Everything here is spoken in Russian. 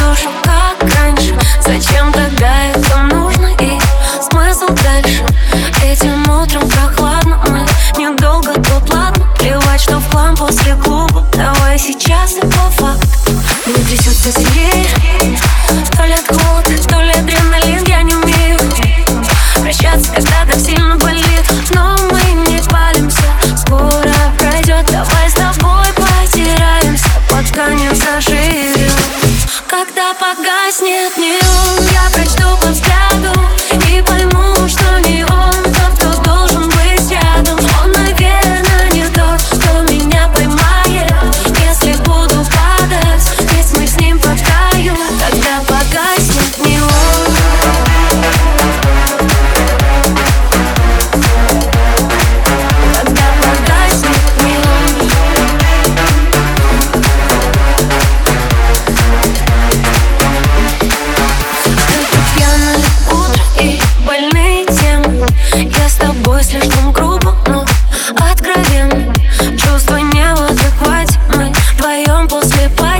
душу, как раньше. Зачем тогда это нужно и смысл дальше? Этим утром прохладно, мы недолго тут, ладно. Плевать, что в хлам после клуба. Давай сейчас и по факту. Меня трясет все сильнее. То ли от холода, то ли адреналин. Я не умею прощаться, когда так сильно болит. Но мы не палимся, скоро пройдет. Давай с тобой потираемся, пока не заживем. Когда погаснет неон, я прочту по взгляду и пойму, что не он тот, кто должен быть рядом. Он, наверное, не тот, кто меня поймает, если буду падать, ведь мы с ним по краю. Когда погаснет неон, когда погаснет неон. Пьяное утро и больные темы. Я с тобой слишком грубо, но откровенно. Чувства не в адеквате, мы вдвоем после пары.